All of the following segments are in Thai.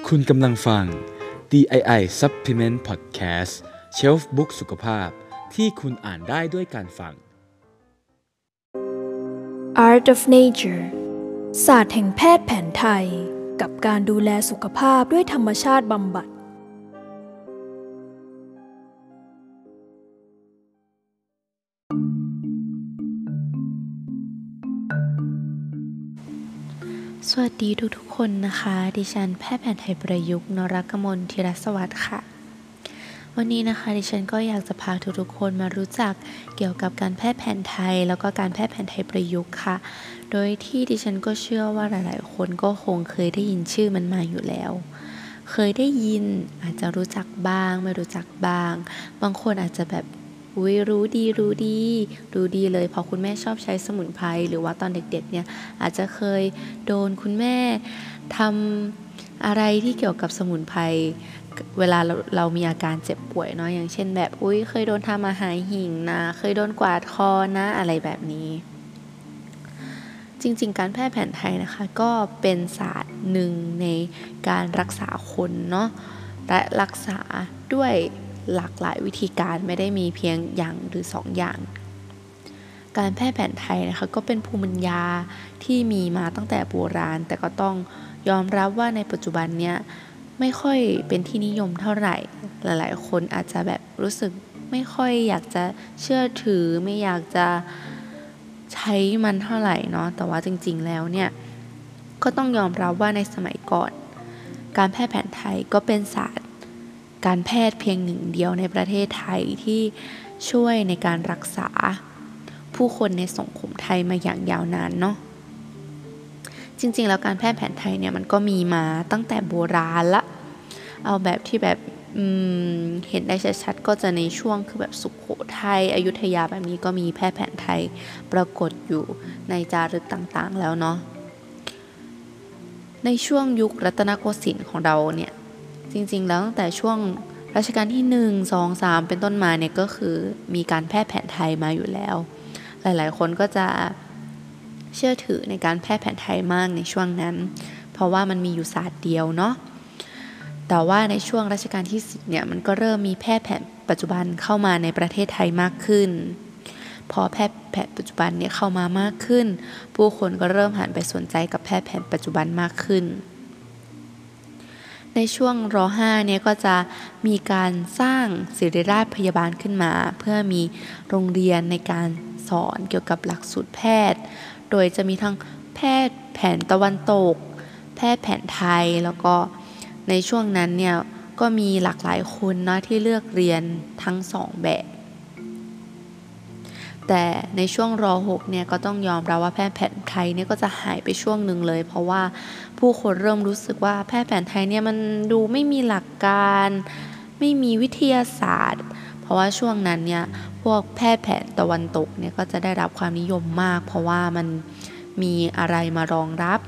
คุณกำลังฟัง DII Supplement Podcast Shelf Book สุขภาพที่คุณอ่านได้ด้วยการฟัง Art of Nature ศาสตร์แห่งแพทย์แผนไทยกับการดูแลสุขภาพด้วยธรรมชาติบำบัดสวัสดีทุกๆคนนะคะดิฉันแพทย์แผนไทยประยุกต์นรกมลธีรสวัสดิ์ค่ะวันนี้นะคะดิฉันก็อยากจะพาทุกๆคนมารู้จักเกี่ยวกับการแพทย์แผนไทยแล้วก็การแพทย์แผนไทยประยุกต์ค่ะโดยที่ดิฉันก็เชื่อว่าหลายๆคนก็คงเคยได้ยินชื่อมันมาอยู่แล้วเคยได้ยินอาจจะรู้จักบ้างไม่รู้จักบ้างบางคนอาจจะแบบรู้ดีเลยเพราะคุณแม่ชอบใช้สมุนไพรหรือว่าตอนเด็กๆเนี่ยอาจจะเคยโดนคุณแม่ทำอะไรที่เกี่ยวกับสมุนไพรเวลาเรามีอาการเจ็บป่วยเนาะอย่างเช่นแบบเคยโดนทำอาหารหิ่งนะเคยโดนกวาดคอนะอะไรแบบนี้จริงๆการแพทย์แผนไทยนะคะก็เป็นศาสตร์หนึ่งในการรักษาคนเนาะและรักษาด้วยหลากหลายวิธีการไม่ได้มีเพียงอย่างหรือ2 อย่างการแพทย์แผนไทยนะคะก็เป็นภูมิปัญญาที่มีมาตั้งแต่โบราณแต่ก็ต้องยอมรับว่าในปัจจุบันเนี้ยไม่ค่อยเป็นที่นิยมเท่าไหร่หลายๆคนอาจจะแบบรู้สึกไม่ค่อยอยากจะเชื่อถือไม่อยากจะใช้มันเท่าไหร่เนาะแต่ว่าจริงๆแล้วเนี่ยก็ต้องยอมรับว่าในสมัยก่อนการแพทย์แผนไทยก็เป็นศาสตร์การแพทย์เพียงหนึ่งเดียวในประเทศไทยที่ช่วยในการรักษาผู้คนในสังคมไทยมาอย่างยาวนานเนาะจริงๆแล้วการแพทย์แผนไทยเนี่ยมันก็มีมาตั้งแต่โบราณละเอาแบบที่แบบเห็นได้ชัดๆก็จะในช่วงคือแบบสุโขทัยอยุธยาแบบนี้ก็มีแพทย์แผนไทยปรากฏอยู่ในจารึกต่างๆแล้วเนาะในช่วงยุครัตนโกสินทร์ของเราเนี่ยจริงๆแล้วตั้งแต่ช่วงรัชกาลที่1 2 3เป็นต้นมาเนี่ยก็คือมีการแพทย์แผนไทยมาอยู่แล้วหลายๆคนก็จะเชื่อถือในการแพทย์แผนไทยมากในช่วงนั้นเพราะว่ามันมีอยู่ศาสตร์เดียวเนาะแต่ว่าในช่วงรัชกาลที่10เนี่ยมันก็เริ่มมีแพทย์แผนปัจจุบันเข้ามาในประเทศไทยมากขึ้นพอแพทย์แผนปัจจุบันเนี่ยเข้ามามากขึ้นผู้คนก็เริ่มหันไปสนใจกับแพทย์แผนปัจจุบันมากขึ้นในช่วงร.5 เนี่ยก็จะมีการสร้างศิริราชพยาบาลขึ้นมาเพื่อมีโรงเรียนในการสอนเกี่ยวกับหลักสูตรแพทย์โดยจะมีทั้งแพทย์แผนตะวันตกแพทย์แผนไทยแล้วก็ในช่วงนั้นเนี่ยก็มีหลากหลายคนเนาะที่เลือกเรียนทั้ง2แบบแต่ในช่วงร.6 เนี่ยก็ต้องยอมรับว่าแพทย์แผนไทยเนี่ยก็จะหายไปช่วงหนึ่งเลยเพราะว่าผู้คนเริ่มรู้สึกว่าแพทย์แผนไทยเนี่ยมันดูไม่มีหลักการไม่มีวิทยาศาสตร์เพราะว่าช่วงนั้นเนี่ยพวกแพทย์แผนตะวันตกเนี่ยก็จะได้รับความนิยมมากเพราะว่ามันมีอะไรมารองรับ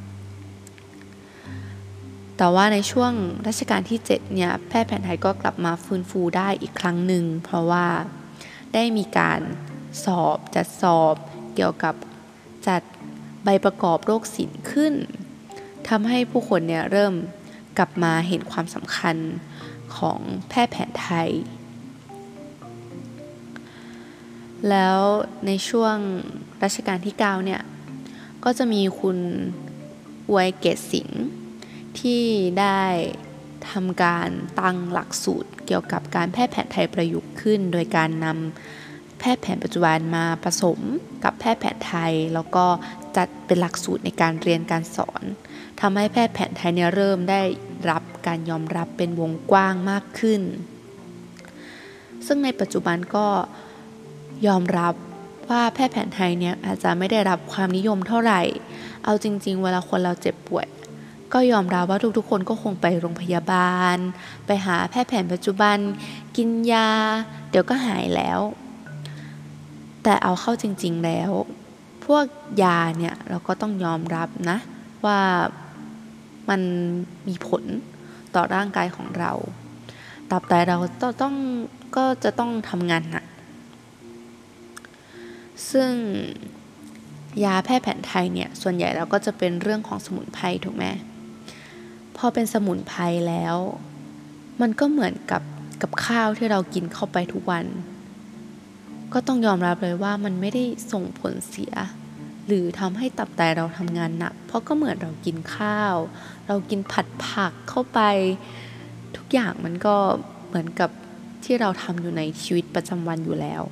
แต่ว่าในช่วงรัชกาลที่7เนี่ยแพทย์แผนไทยก็กลับมาฟื้นฟูได้อีกครั้งหนึ่งเพราะว่าได้มีการจัดสอบเกี่ยวกับจัดใบประกอบโรคศิลป์ขึ้นทำให้ผู้คนเนี่ยเริ่มกลับมาเห็นความสำคัญของแพทย์แผนไทยแล้วในช่วงรัชกาลที่9เนี่ยก็จะมีคุณอวยเกษสิงห์ที่ได้ทำการตั้งหลักสูตรเกี่ยวกับการแพทย์แผนไทยประยุกต์ขึ้นโดยการนำแพทย์แผนปัจจุบันมาผสมกับแพทย์แผนไทยแล้วก็จัดเป็นหลักสูตรในการเรียนการสอนทำให้แพทย์แผนไทยเนี่ยเริ่มได้รับการยอมรับเป็นวงกว้างมากขึ้นซึ่งในปัจจุบันก็ยอมรับว่าแพทย์แผนไทยเนี่ยอาจจะไม่ได้รับความนิยมเท่าไหร่เอาจริงๆเวลาคนเราเจ็บป่วยก็ยอมรับว่าทุกๆคนก็คงไปโรงพยาบาลไปหาแพทย์แผนปัจจุบันกินยาเดี๋ยวก็หายแล้วแต่เอาเข้าจริงๆแล้วพวกยาเนี่ยเราก็ต้องยอมรับนะว่ามันมีผลต่อร่างกายของเราตับไตเราก็จะต้องทำงานหนักซึ่งยาแพทย์แผนไทยเนี่ยส่วนใหญ่แล้วก็จะเป็นเรื่องของสมุนไพรถูกไหมพออเป็นสมุนไพรแล้วมันก็เหมือนกับข้าวที่เรากินเข้าไปทุกวันก็ต้องยอมรับเลยว่ามันไม่ได้ส่งผลเสียหรือทำให้ตับไตเราทำงานหนักเพราะก็เหมือนเรากินข้าวเรากินผัดผักเข้าไปทุกอย่างมันก็เหมือนกับที่เราทำอยู่ในชีวิตประจำวันอยู่แล้ว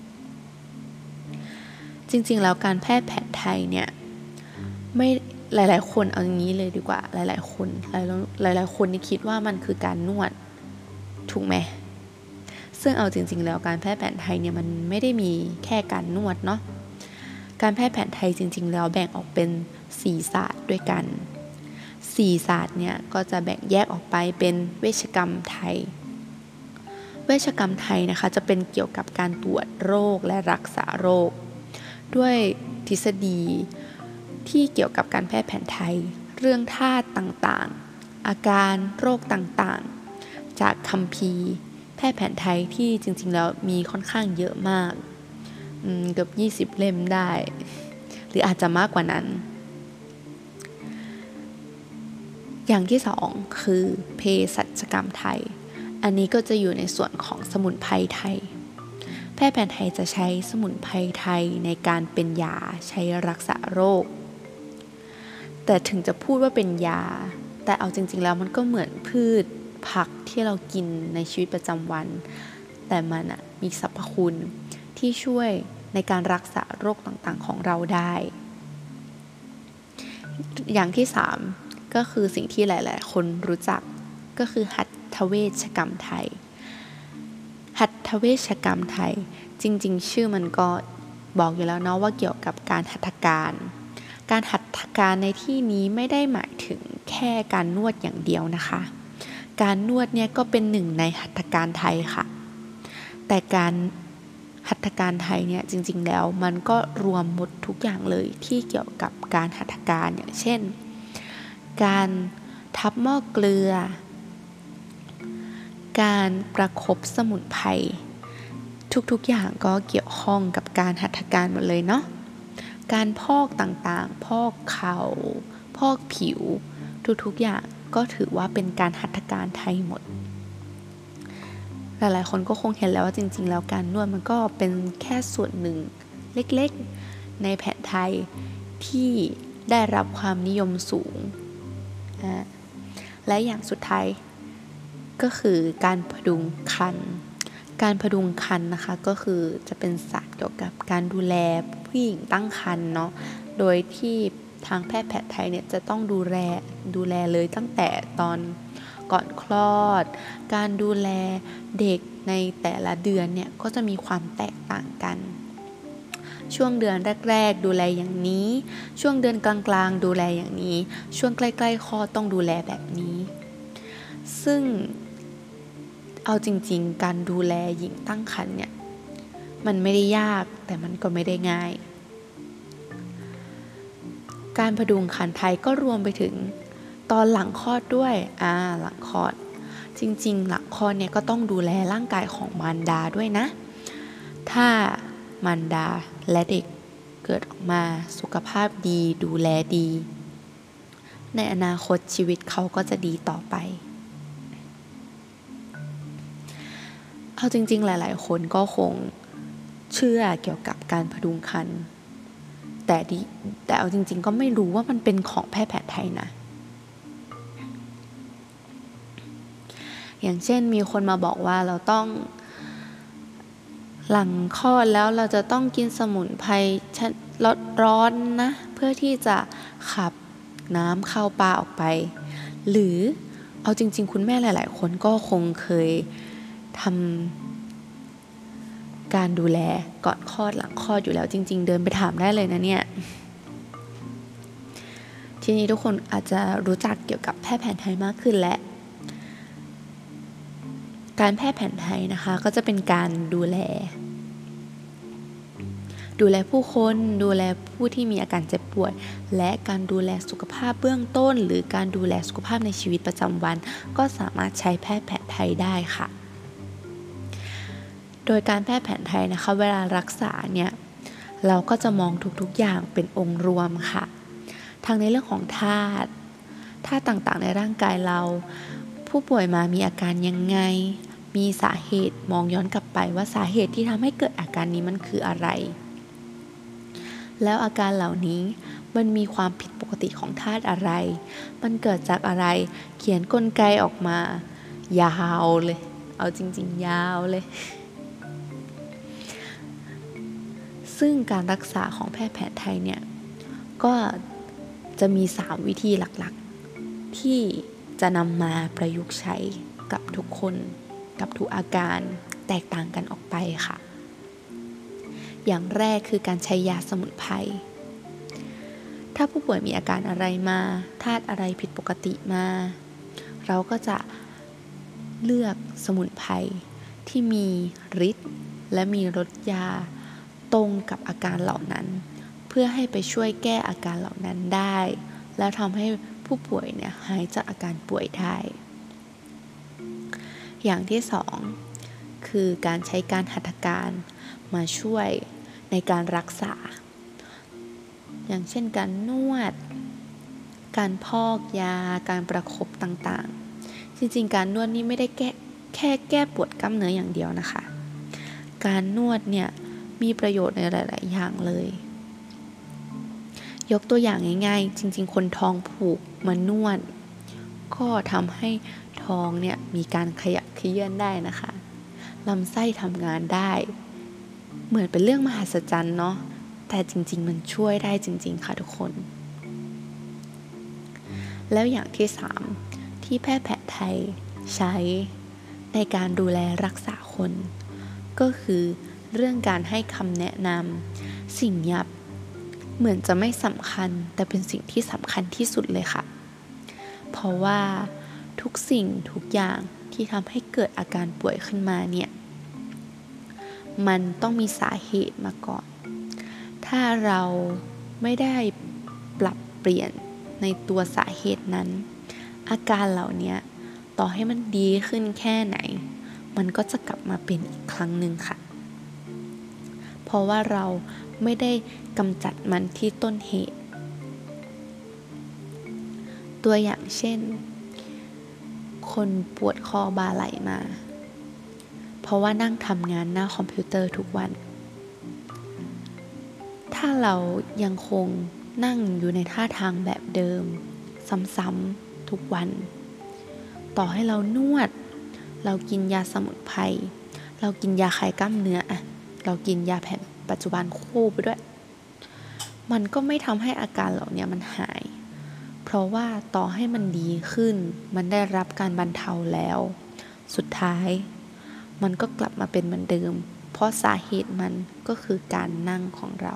จริงๆแล้วการแพทย์แผนไทยเนี่ยไม่หลายๆคนเอาอย่างนี้เลยดีกว่าหลายๆคนนี่คิดว่ามันคือการนวดถูกไหมซึ่งเอาจริงๆแล้วการแพทย์แผนไทยเนี่ยมันไม่ได้มีแค่การนวดเนาะการแพทย์แผนไทยจริงๆแล้วแบ่งออกเป็น4ศาสตร์ด้วยกัน4ศาสตร์เนี่ยก็จะแบ่งแยกออกไปเป็นเวชกรรมไทยเวชกรรมไทยนะคะจะเป็นเกี่ยวกับการตรวจโรคและรักษาโรคด้วยทฤษฎีที่เกี่ยวกับการแพทย์แผนไทยเรื่องธาตุต่างๆอาการโรคต่างๆจากคัมภีร์แพทย์แผนไทยที่จริงๆแล้วมีค่อนข้างเยอะมากเกือบ20 เล่มได้หรืออาจจะมากกว่านั้นอย่างที่2คือเภสัชกรรมไทยอันนี้ก็จะอยู่ในส่วนของสมุนไพรไทยแพทย์แผนไทยจะใช้สมุนไพรไทยในการเป็นยาใช้รักษาโรคแต่ถึงจะพูดว่าเป็นยาแต่เอาจริงๆแล้วมันก็เหมือนพืชผักที่เรากินในชีวิตประจำวันแต่มันมีสรรพคุณที่ช่วยในการรักษาโรคต่างๆของเราได้อย่างที่3ก็คือสิ่งที่หลายๆคนรู้จักก็คือหัตถเวชกรรมไทยหัตถเวชกรรมไทยจริงๆชื่อมันก็บอกอยู่แล้วเนาะว่าเกี่ยวกับการหัตถการหัตถการในที่นี้ไม่ได้หมายถึงแค่การนวดอย่างเดียวนะคะการนวดเนี่ยก็เป็นหนึ่งในหัตถการไทยค่ะแต่การหัตถการไทยเนี่ยจริงๆแล้วมันก็รวมหมดทุกอย่างเลยที่เกี่ยวกับการหัตถการอย่างเช่นการทับหม้อเกลือการประคบสมุนไพรทุกๆอย่างก็เกี่ยวข้องกับการหัตถการหมดเลยเนาะการพอกต่างๆพอกเข่าพอกผิวทุกๆอย่างก็ถือว่าเป็นการหัตถการไทยหมดหลายๆคนก็คงเห็นแล้วว่าจริงๆแล้วการนวดมันก็เป็นแค่ส่วนหนึ่งเล็กๆในแผนไทยที่ได้รับความนิยมสูงและอย่างสุดท้ายก็คือการพดุงครรภ์การพดุงครรภ์นะคะก็คือจะเป็นศาสตร์เกี่ยวกับการดูแลผู้หญิงตั้งครรภ์เนาะโดยที่ทางแพทย์แผนไทยเนี่ยจะต้องดูแลเลยตั้งแต่ตอนก่อนคลอดการดูแลเด็กในแต่ละเดือนเนี่ยก็จะมีความแตกต่างกันช่วงเดือนแรกๆดูแลอย่างนี้ช่วงเดือนกลางๆดูแลอย่างนี้ช่วงใกล้ๆคลอดต้องดูแลแบบนี้ซึ่งเอาจริงๆการดูแลหญิงตั้งครรภ์เนี่ยมันไม่ได้ยากแต่มันก็ไม่ได้ง่ายการพดุงครรภ์ไทยก็รวมไปถึงตอนหลังคลอดด้วยหลังคลอดจริงๆหลังคลอดเนี่ยก็ต้องดูแลร่างกายของมารดาด้วยนะถ้ามารดาและเด็กเกิดออกมาสุขภาพดีดูแลดีในอนาคตชีวิตเขาก็จะดีต่อไปเอาจริงๆหลายๆคนก็คงเชื่อเกี่ยวกับการพดุงครรภ์แต่เอาจริงๆก็ไม่รู้ว่ามันเป็นของแพทย์แผนไทยนะอย่างเช่นมีคนมาบอกว่าเราต้องหลังคลอดแล้วเราจะต้องกินสมุนไพรลดร้อนนะเพื่อที่จะขับน้ำเข้าปลาออกไปหรือเอาจริงๆคุณแม่หลายๆคนก็คงเคยทำการดูแลก่อนคลอดหลังคลอดอยู่แล้วจริงๆเดินไปถามได้เลยนะเนี่ยทีนี้ทุกคนอาจจะรู้จักเกี่ยวกับแพทย์แผนไทยมากขึ้นและการแพทย์แผนไทยนะคะก็จะเป็นการดูแลผู้คนดูแลผู้ที่มีอาการเจ็บป่วยและการดูแลสุขภาพเบื้องต้นหรือการดูแลสุขภาพในชีวิตประจำวันก็สามารถใช้แพทย์แผนไทยได้ค่ะโดยการแพทย์แผนไทยนะคะเวลารักษาเนี่ยเราก็จะมองทุกๆอย่างเป็นองค์รวมค่ะทั้งในเรื่องของธาตุธาตุต่างๆในร่างกายเราผู้ป่วยมามีอาการยังไงมีสาเหตุมองย้อนกลับไปว่าสาเหตุที่ทำให้เกิดอาการนี้มันคืออะไรแล้วอาการเหล่านี้มันมีความผิดปกติของธาตุอะไรมันเกิดจากอะไรเขียนกลไกออกมายาวเลยเอาจริงๆยาวเลยซึ่งการรักษาของแพทย์แผนไทยเนี่ยก็จะมี3วิธีหลักๆที่จะนำมาประยุกต์ใช้กับทุกคนกับทุกอาการแตกต่างกันออกไปค่ะอย่างแรกคือการใช้ยาสมุนไพรถ้าผู้ป่วยมีอาการอะไรมาธาตุอะไรผิดปกติมาเราก็จะเลือกสมุนไพรที่มีฤทธิ์และมีรสยาตรงกับอาการเหล่านั้นเพื่อให้ไปช่วยแก้อาการเหล่านั้นได้แล้วทำให้ผู้ป่วยเนี่ยหายจากอาการป่วยได้อย่างที่2คือการใช้การหัตถการมาช่วยในการรักษาอย่างเช่นการนวดการพอกยาการประคบต่างๆจริงๆการนวดนี่ไม่ได้แค่แก้ปวดกล้ามเนื้ออย่างเดียวนะคะการนวดเนี่ยมีประโยชน์ในหลายๆอย่างเลยยกตัวอย่างง่ายๆจริงๆคนท้องผูกมานวดก็ทำให้ท้องเนี่ยมีการขยับเขยื้อนได้นะคะลำไส้ทำงานได้เหมือนเป็นเรื่องมหัศจรรย์เนาะแต่จริงๆมันช่วยได้จริงๆค่ะทุกคนแล้วอย่างที่3ที่แพทย์แผนไทยใช้ในการดูแลรักษาคนก็คือเรื่องการให้คำแนะนำสิ่งยับเหมือนจะไม่สำคัญแต่เป็นสิ่งที่สำคัญที่สุดเลยค่ะเพราะว่าทุกสิ่งทุกอย่างที่ทำให้เกิดอาการป่วยขึ้นมาเนี่ยมันต้องมีสาเหตุมาก่อนถ้าเราไม่ได้ปรับเปลี่ยนในตัวสาเหตุนั้นอาการเหล่านี้ต่อให้มันดีขึ้นแค่ไหนมันก็จะกลับมาเป็นอีกครั้งหนึ่งค่ะเพราะว่าเราไม่ได้กำจัดมันที่ต้นเหตุตัวอย่างเช่นคนปวดคอบ่าไหล่มาเพราะว่านั่งทำงานหน้าคอมพิวเตอร์ทุกวันถ้าเรายังคงนั่งอยู่ในท่าทางแบบเดิมซ้ำๆทุกวันต่อให้เรานวดเรากินยาสมุนไพรเรากินยาคลายกล้ามเนื้อเรากินยาแผนปัจจุบันคู่ไปด้วยมันก็ไม่ทำให้อาการเหล่านี้มันหายเพราะว่าต่อให้มันดีขึ้นมันได้รับการบรรเทาแล้วสุดท้ายมันก็กลับมาเป็นเหมือนเดิมเพราะสาเหตุมันก็คือการนั่งของเรา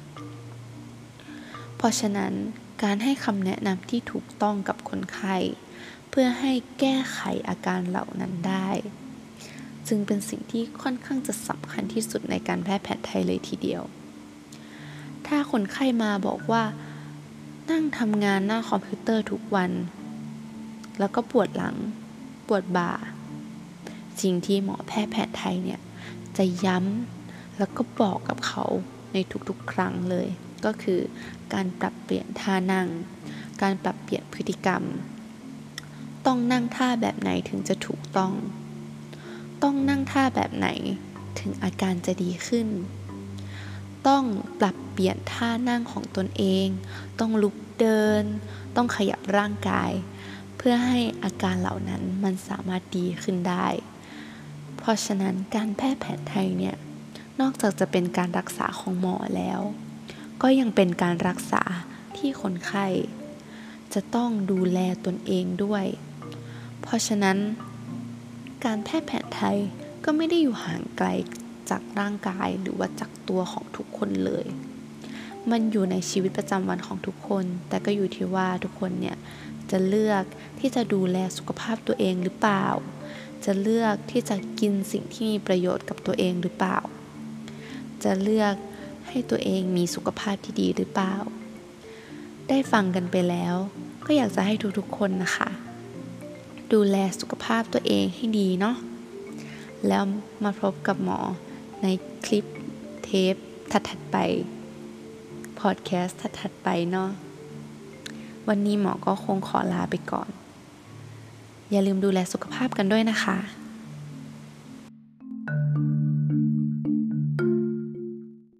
เพราะฉะนั้นการให้คำแนะนำที่ถูกต้องกับคนไข้เพื่อให้แก้ไขอาการเหล่านั้นได้จึงเป็นสิ่งที่ค่อนข้างจะสำคัญที่สุดในการแพทย์แผนไทยเลยทีเดียวถ้าคนไข้มาบอกว่านั่งทำงานหน้าคอมพิวเตอร์ทุกวันแล้วก็ปวดหลังปวดบ่าสิ่งที่หมอแพทย์แผนไทยเนี่ยจะย้ำแล้วก็บอกกับเขาในทุกๆครั้งเลยก็คือการปรับเปลี่ยนท่านั่งการปรับเปลี่ยนพฤติกรรมต้องนั่งท่าแบบไหนถึงจะถูกต้องนั่งท่าแบบไหนถึงอาการจะดีขึ้นต้องปรับเปลี่ยนท่านั่งของตนเองต้องลุกเดินต้องขยับร่างกายเพื่อให้อาการเหล่านั้นมันสามารถดีขึ้นได้เพราะฉะนั้นการแพทย์แผนไทยเนี่ยนอกจากจะเป็นการรักษาของหมอแล้วก็ยังเป็นการรักษาที่คนไข้จะต้องดูแลตนเองด้วยเพราะฉะนั้นการแพทย์แผนไทยก็ไม่ได้อยู่ห่างไกลจากร่างกายหรือว่าจากตัวของทุกคนเลยมันอยู่ในชีวิตประจำวันของทุกคนแต่ก็อยู่ที่ว่าทุกคนเนี่ยจะเลือกที่จะดูแลสุขภาพตัวเองหรือเปล่าจะเลือกที่จะกินสิ่งที่มีประโยชน์กับตัวเองหรือเปล่าจะเลือกให้ตัวเองมีสุขภาพที่ดีหรือเปล่าได้ฟังกันไปแล้วก็อยากจะให้ทุกๆคนนะคะดูแลสุขภาพตัวเองให้ดีเนาะแล้วมาพบกับหมอในคลิปเทปถัดๆไปพอดแคสต์ถัดๆไปเนาะวันนี้หมอก็คงขอลาไปก่อน อย่าลืมดูแลสุขภาพกันด้วยนะคะ